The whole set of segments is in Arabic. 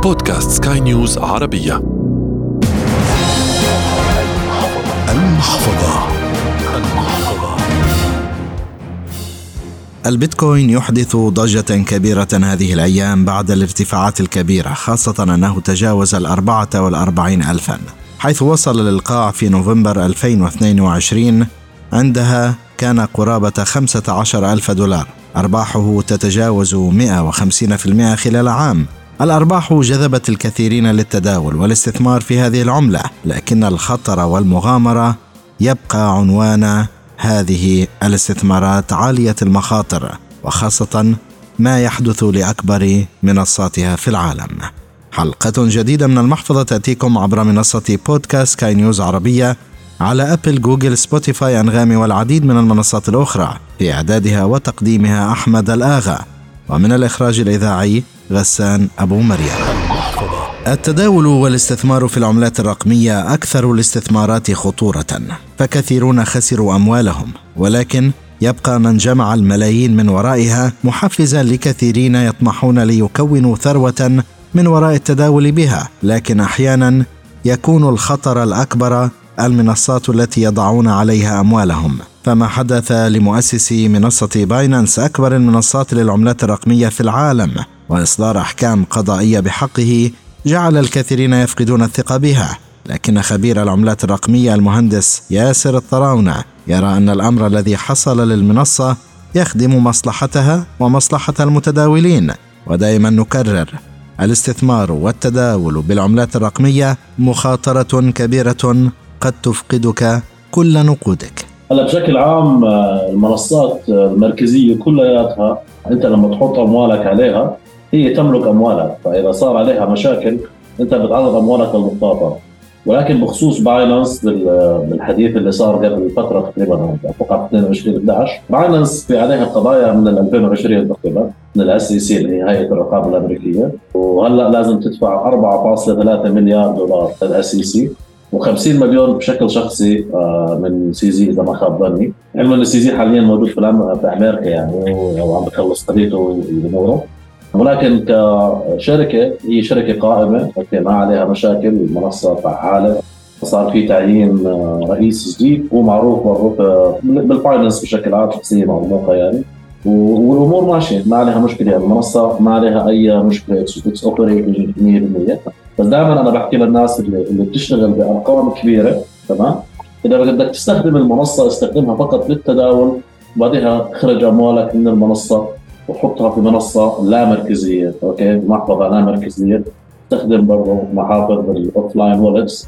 بودكاست سكاي نيوز عربية. المحفظة. البيتكوين يحدث ضجة كبيرة هذه الأيام بعد الارتفاعات الكبيرة، خاصة أنه تجاوز 44,000، حيث وصل للقاع في نوفمبر 2022. عندها كان قرابة 15,000 دولار، أرباحه تتجاوز 150% خلال عام. الأرباح جذبت الكثيرين للتداول والاستثمار في هذه العملة، لكن الخطر والمغامرة يبقى عنوان هذه الاستثمارات عالية المخاطر، وخاصة ما يحدث لأكبر منصاتها في العالم. حلقة جديدة من المحفظة تأتيكم عبر منصة بودكاست سكاي نيوز عربية على أبل، جوجل، سبوتيفاي، أنغامي والعديد من المنصات الأخرى. في إعدادها وتقديمها أحمد الآغا، ومن الإخراج الإذاعي غسان أبو مريم. التداول والاستثمار في العملات الرقمية أكثر الاستثمارات خطورة، فكثيرون خسروا أموالهم، ولكن يبقى من جمع الملايين من ورائها، محفزا لكثيرين يطمحون ليكونوا ثروة من وراء التداول بها. لكن أحيانا يكون الخطر الأكبر المنصات التي يضعون عليها أموالهم. فما حدث لمؤسسي منصة باينانس، أكبر المنصات للعملات الرقمية في العالم، وإصدار أحكام قضائية بحقه، جعل الكثيرين يفقدون الثقة بها. لكن خبير العملات الرقمية المهندس ياسر الطراونة يرى أن الأمر الذي حصل للمنصة يخدم مصلحتها ومصلحة المتداولين. ودائما نكرر: الاستثمار والتداول بالعملات الرقمية مخاطرة كبيرة قد تفقدك كل نقودك. هلا بشكل عام المنصات المركزية كلها أنت لما تحط أموالك عليها هي تملك أموالك، فإذا صار عليها مشاكل أنت بتعرض أموالك للمخاطرة. ولكن بخصوص باينانس بالحديث اللي صار قبل فترة تقريبا فوق 22/11، باينانس في عليها قضايا من 2020 تقريبا من SEC اللي هي هيئة الرقابة الأمريكية، وهلأ لازم تدفع 4.3 مليار دولار للSEC و50 مليون بشكل شخصي من سيزي إذا ما خاب ظني. علما أن سيزي حاليا موجود في أمريكا يعني وعم بخلص طريقه وأموره، ولكن كشركة هي شركة قائمة ما عليها مشاكل، المنصة فعالة، صار في تعيين رئيس جديد ومعروف بالفاينانس بشكل عام شخصيا مرموقة يعني، والأمور ماشية ما عليها مشكلة يعني. المنصة ما عليها أي مشكلة، اتس اوبريتنج 100%. بس دائما أنا بحكي للناس اللي بتشتغل بأرقام كبيرة، تمام، إذا بدك تستخدم المنصة استخدمها فقط للتداول، وبعدها اخرج أموالك من المنصة وحطها في منصة لا مركزية، أوكي، محفظة لا مركزية. استخدم برضو محافظ الأوفلاين وولتس،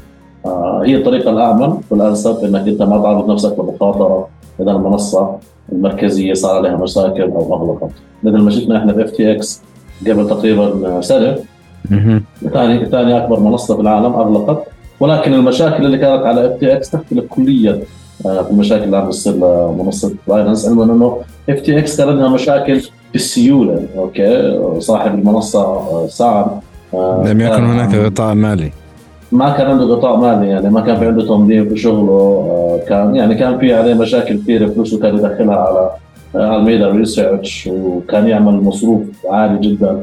هي الطريقة الأأمن والأنسب إنك أنت ما تعرض نفسك لمخاطرة إذا المنصة المركزية صار عليها مشاكل أو أغلقت. مثل ما شفنا إحنا في FTX قبل تقريبا سنة، ثاني أكبر منصة في العالم أغلقت، ولكن المشاكل اللي كانت على FTX تختلف كليا المشاكل اللي عم تصير لمنصة باينانس، علما إنه FTX كان عندها مشاكل في السيولة، أوكي، صاحب المنصة صعب، لم يكن هناك غطاء مالي، ما كان عنده غطاء مالي يعني، ما كان في عنده تنظيم في شغله، كان في عليه مشاكل كثيرة، فلوسه كان يدخلها على الميدا ريسيرش، وكان يعمل مصروف عالي جدا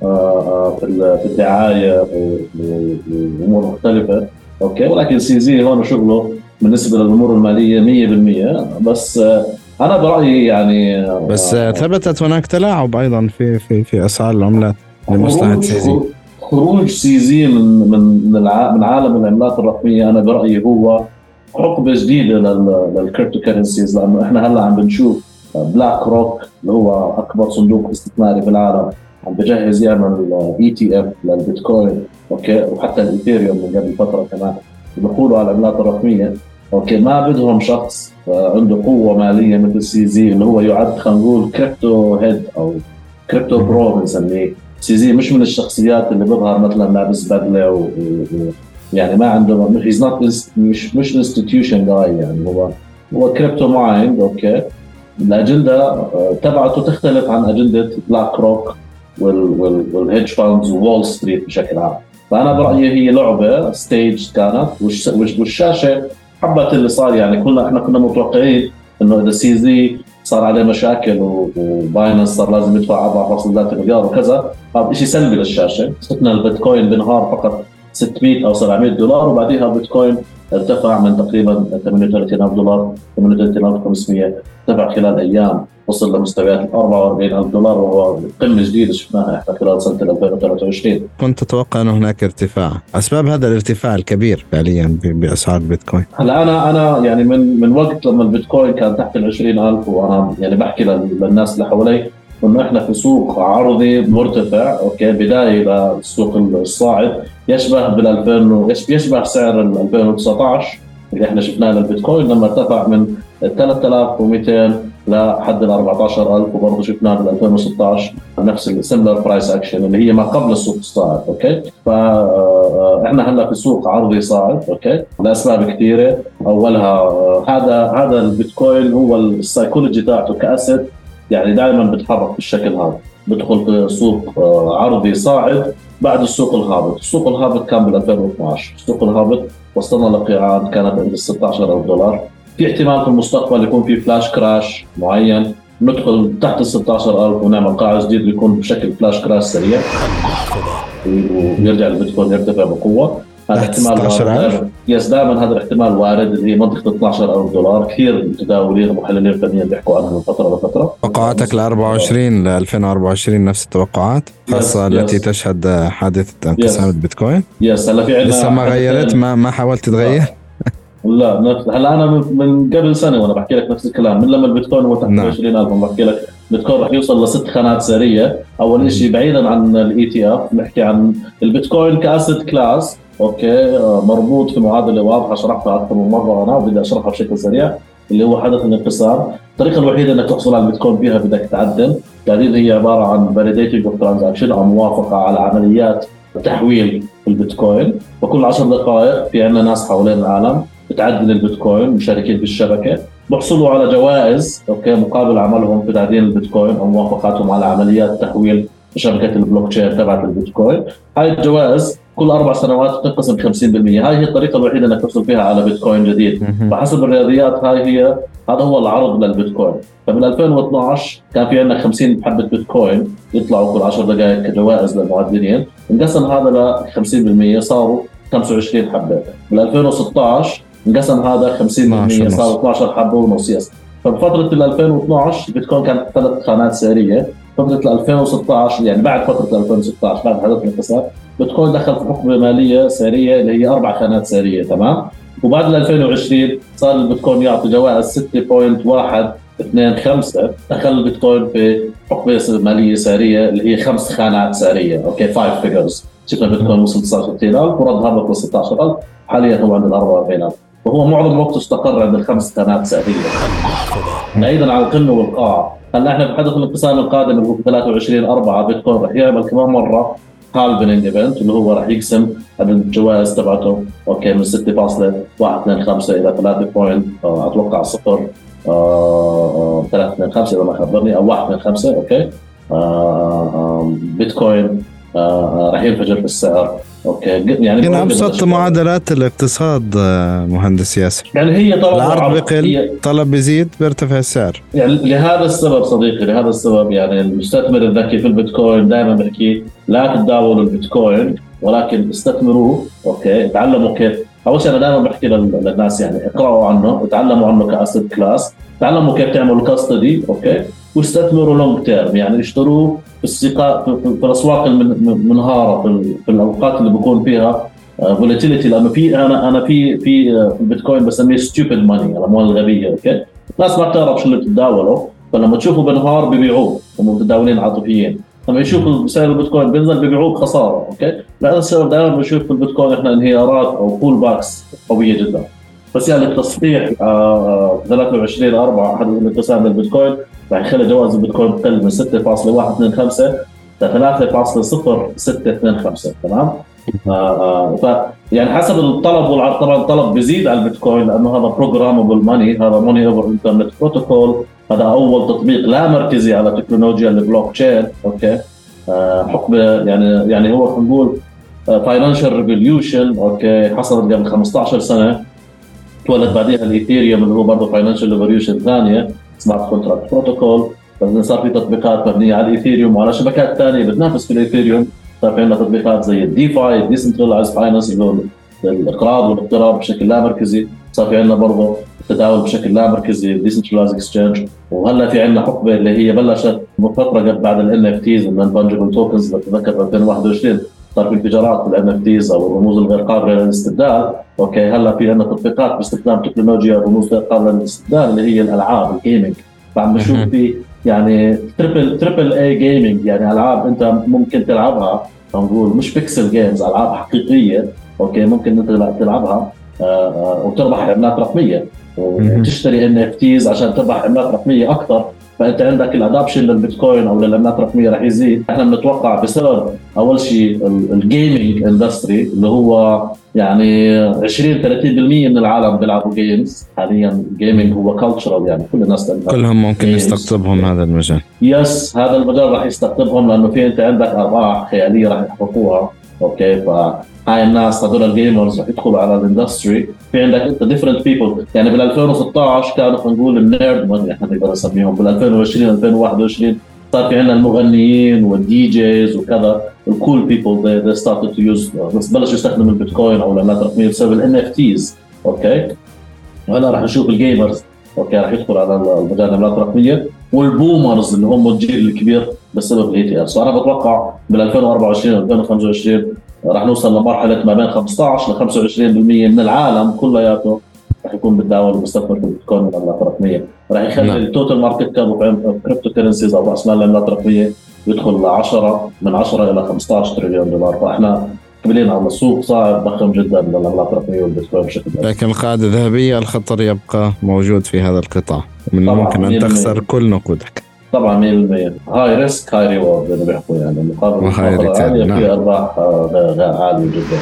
في الدعاية وأمور مختلفة، أوكي. ولكن سيزي هون شغله بالنسبة للأمور المالية 100%. بس أنا برأيي يعني بس ثبتت هناك تلاعب أيضا في أسعار العملات لمصلحة سيزي. خروج سيزي من عالم العملات الرقمية أنا برأيي هو حقبة جديدة للكريبتو كارنسيز، لأنه إحنا هلا عم بنشوف بلاك روك اللي هو أكبر صندوق استثماري في العالم عم بجهز يعمل ETF للبيتكوين، أوكي، وحتى الإيثيريوم من قبل فترة كمان بيقولوا على العملات الرقمية، أوكي. ما بدهم شخص عنده قوة مالية مثل سيزي اللي هو يعد خلينا نقول كريبتو هيد أو كريبتو برو بنسميه. سيزي مش من الشخصيات اللي بظهر مثلا لابس بدلة يعني ما عنده مش انستتيوشن جاي يعني، هو كريبتو مايند، أوكي. الأجندة تبعته تختلف عن أجندة بلاك روك والهيدج فاندز وول ستريت بشكل عام. فأنا برأيي هي لعبة ستيج كانت، والشاشة حبت اللي صار يعني. احنا كنا متوقعين إنه إذا سيزي صار عليه مشاكل وباينانس صار لازم يدفع 4.3 مليار وكذا، هذا شيء سلبي للشاشه. شفنا البيتكوين بنهار فقط 600 او 700 دولار، وبعدها البيتكوين ارتفع من تقريبا 38,000 دولار 38,500 ارتفع خلال ايام، وصل لمستويات 44,000 دولار، وهو قمه جديده شفناها احنا خلال سنه 2023. كنت تتوقع انه هناك ارتفاع؟ اسباب هذا الارتفاع الكبير فعليا باسعار البيتكوين؟ هلا انا يعني من وقت لما البيتكوين كان تحت ال 20,000، وانا يعني بحكي للناس اللي حوالي انه احنا في سوق عرضي مرتفع، اوكي، بدايه للسوق الصاعد يشبه يشبه سعر 2019 اللي احنا شفناه للبيتكوين لما ارتفع من 3200 لحد ال 14,000، وبرضه شفناه بال 2016 نفس السيميلر برايس اكشن اللي هي ما قبل السوق الصاعد. اوكي، فاحنا هلا في سوق عرضي صاعد، اوكي، لاسباب كثيره. اولها هذا البيتكوين هو السايكولوجي تاعته كاسيت، يعني دائما بتحرك بالشكل هذا، بدخل في سوق عرضي صاعد بعد السوق الهابط. السوق الهابط كان بال 2012، السوق الهابط وصلنا لقيعان كانت عند 16,000 دولار. في احتمال في المستقبل يكون في فلاش كراش معين، ندخل تحت 16,000 ونعمل قاع جديد يكون بشكل فلاش كراش سريع ويرجع البيتكوين يرتفع بقوه. هذا احتمال وارد، دائما هذا الاحتمال وارد، اللي هي منطقه 12,000 دولار. كثير متداولين ومحللين فنيين بيحكوا عنها من فتره لفتره. توقعاتك ل 24 ل 2024 نفس التوقعات، خاصه التي تشهد حادثه انقسام البيتكوين؟ هلا في لسه ما غيرت؟ ما حاولت تغير؟ لا هلا انا من قبل سنه وانا بحكي لك نفس الكلام، من لما البيتكوين هو تحت 20,000 بحكي لك البيتكوين رح يوصل ل6 خانات سعريه. اول شيء بعيدا عن الاي تي اف، نحكي عن البيتكوين كاسيت كلاس، اوكي، مربوط في معادله واضحه شرحتها اكثر من مره انا وبدي اشرحها بشكل سريع، اللي هو حدث الانقسام. الطريقه الوحيده انك تحصل على البيتكوين فيها بدك تعدل. التعديل هي عباره عن validating of transaction او موافقه على عمليات تحويل البيتكوين، وكل 10 دقائق في عندنا ناس حوالين العالم بتعدل البيتكوين، مشاركين بالشبكه بحصلوا على جوائز، اوكي، مقابل عملهم في تعديل البيتكوين او موافقاتهم على عمليات تحويل شبكه البلوك تشين تبعت البيتكوين. هاي الجوائز كل 4 سنوات تنقسم 50%. هاي هي الطريقه الوحيده انك تحصل فيها على بيتكوين جديد. فحسب الرياضيات هذا هو العرض للبيتكوين. فبال 2012 كان في عندنا 50 حبه بيتكوين يطلعوا كل 10 دقائق كجوائز للمعدلين، انقسم هذا ل 50%، صاروا 25 حبه. بال 2016 انقسم هذا 50%، صاروا 12 حبه ونص. فبفتره ال 2012 البيتكوين كانت 3 خانات سعريه. فتره 2016 يعني بعد فتره 2016 بعد حدث الانقسام، بيتكوين دخل في حقبه ماليه سعريه اللي هي 4 خانات سعريه، تمام. وبعد 2020 صار البيتكوين يعطي جوائز 6.125. دخل البيتكوين في حقبه ماليه سعريه اللي هي 5 خانات سعريه، اوكي، 5 فيجرز. شفنا البيتكوين وصل 69,000 ورد هبط ل 16,000، حاليا هو عند 44,000، وهو معظم وقته استقر عند ال5 خانات سعريه بعيدا عن القمه والقاع. هلا احنا بحدث الانقسام القادم اللي هو 23/4 بيتكوين رح يعمل كمان مره هالفينج ايفنت، اللي هو رح يقسم الجوائز تبعته، اوكي، من 6.125 الى 3. اتوقع 0.325 اذا ما خبرني، او 1.5. اوكي، بيتكوين رح ينفجر في السعر. اوكي، يعني ابسط معادلات الاقتصاد مهندس ياسر، يعني هي طلب العرض بقل، طلب بيزيد، بيرتفع السعر. يعني لهذا السبب صديقي، لهذا السبب يعني المستثمر الذكي في البيتكوين دائما بحكي لا تتداولوا البيتكوين ولكن استثمروه. اوكي، تعلموا كيف. اول شيء انا دائما بحكي للناس يعني اقرأوا عنه وتعلموا عنه كاسيت كلاس، تعلموا كيف تعملوا كاستدي، اوكي، واستثمروا لونج تيرم، يعني اشتروه في الاسواق المنهاره في الاوقات اللي بيكون فيها فولاتيليتي. لانه في انا في البيتكوين بسميه ستوبيد ماني، الاموال الغبيه. اوكي، الناس ما بتعرف شو اللي بتتداوله، فلما تشوفوا بنهار ببيعوه، هم متداولين عاطفيين. لما يشوفوا سعر البيتكوين بينزل ببيعوه بخساره. اوكي، لهذا السبب دائما بنشوف في البيتكوين احنا انهيارات او بول باكس قويه جدا. بس يعني التصحيح 23/4 حدث الانقسام للبيتكوين راح يخلي جوائز البيتكوين تقل من 6.125 ل 3.0625. تمام. ف يعني حسب الطلب والعرض. طبعا الطلب بيزيد على البيتكوين لانه هذا بروجرامبل ماني، هذا ماني اوفر انترنت بروتوكول، هذا اول تطبيق لا مركزي على تكنولوجيا البلوك تشين. اوكي، حقبه يعني هو خلينا نقول فاينانشال ريفوليوشن. اوكي، حصلت قبل 15 سنه، تولد بعدها الايثيريوم اللي هو برضه فاينانشال ريفوليوشن ثانيه. سمارت كونتراكت بروتوكول. بعدين صار في تطبيقات مبنيه على الايثيريوم وعلى شبكات ثانيه بتنافس في الايثيريوم. صار في عندنا تطبيقات زي الديفاي ديسنترلايزد فاينانس اللي هو الاقراض والاقتراض بشكل لا مركزي. صار في عندنا برضه التداول بشكل لا مركزي ديسنترلايزد اكسشينج. وهلا في عندنا حقبه اللي هي بلشت فتره بعد الان اف تيز النون فانجبل توكنز. بتذكر 2021 صار في انفجارات في الان اف تيز او الرموز الغير قابله للاستبدال. اوكي هلا في عندنا تطبيقات باستخدام تكنولوجيا الرموز غير قابله للاستبدال اللي هي الالعاب الجيمنج. فعم نشوف في يعني تريبل اي جيمنج، يعني العاب انت ممكن تلعبها نقول مش بيكسل جيمز، العاب حقيقيه. اوكي ممكن انت تلعبها وتربح عملات رقميه وتشتري NFTs عشان تربح عملات رقميه اكثر. فانت عندك الادابشن للبيتكوين او للعملات الرقميه رح يزيد. احنا بنتوقع بسبب اول شيء الجيمنج اندستري اللي هو يعني 20-30% من العالم بيلعبوا جيمز حاليا. جيمنج هو كلتشرال، يعني كل الناس كلهم ممكن يستقطبهم هذا المجال. يس هذا المجال رح يستقطبهم لانه في انت عندك ارباح خياليه رح يحققوها. اوكي فهاي الناس هذول الجيمرز رح يدخلوا على الاندستري. في عندك انت ديفرنت بيبل، يعني بال 2016 كانوا خلينا نقول النيرد ماني احنا نقدر نسميهم. بال 2020 2021 صار في عندنا المغنيين والدي جيز وكذا الكول بيبل they started to use بس بلشوا يستخدموا البيتكوين او العملات الرقميه بسبب الان اف تيز. اوكي وهلا رح نشوف الجيمرز اوكي رح يدخل على المجال العملات الرقميه، والبومرز اللي هم الجيل الكبير بسبب الاي تي اف. وانا بتوقع بال 2024 2025 رح نوصل لمرحله ما بين 15 ل 25% من العالم كلياته رح يكون بتداول وبيستثمر في البيتكوين والعملات الرقميه. رح يخلي التوتال ماركت كاب اوف كريبتو كرنسيز او راس مال العملات الرقميه يدخل من 10 الى 15 تريليون دولار. فاحنا قبلين على السوق صاعد ضخم جدا للعملات الرقميه والبيتكوين بشكل عام. لكن القاعده الذهبيه الخطر يبقى موجود في هذا القطاع، من الممكن ان تخسر كل نقودك. طبعا 100% هاي ريسك هاي ريورد اللي بيحكوا، يعني مقابل عاليه في ارباح عاليه جدا.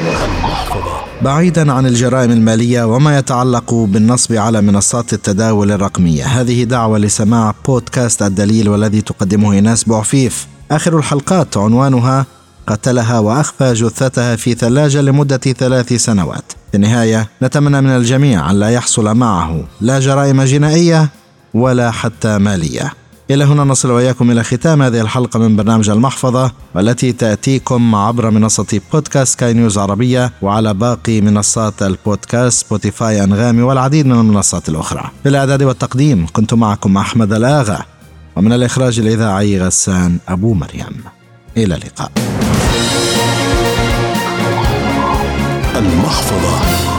بعيدا عن الجرائم الماليه وما يتعلق بالنصب على منصات التداول الرقميه، هذه دعوه لسماع بودكاست الدليل والذي تقدمه ايناس بوعفيف. اخر الحلقات عنوانها قتلها وأخفى جثتها في ثلاجة لمدة 3 سنوات. في النهاية نتمنى من الجميع أن لا يحصل معه لا جرائم جنائية ولا حتى مالية. إلى هنا نصل وإياكم إلى ختام هذه الحلقة من برنامج المحفظة، والتي تأتيكم عبر منصة بودكاست سكاي نيوز عربية وعلى باقي منصات البودكاست سبوتيفاي أنغامي والعديد من المنصات الأخرى. في الإعداد والتقديم كنت معكم أحمد الآغا، ومن الإخراج الإذاعي غسان أبو مريم. إلى اللقاء. المحفظة.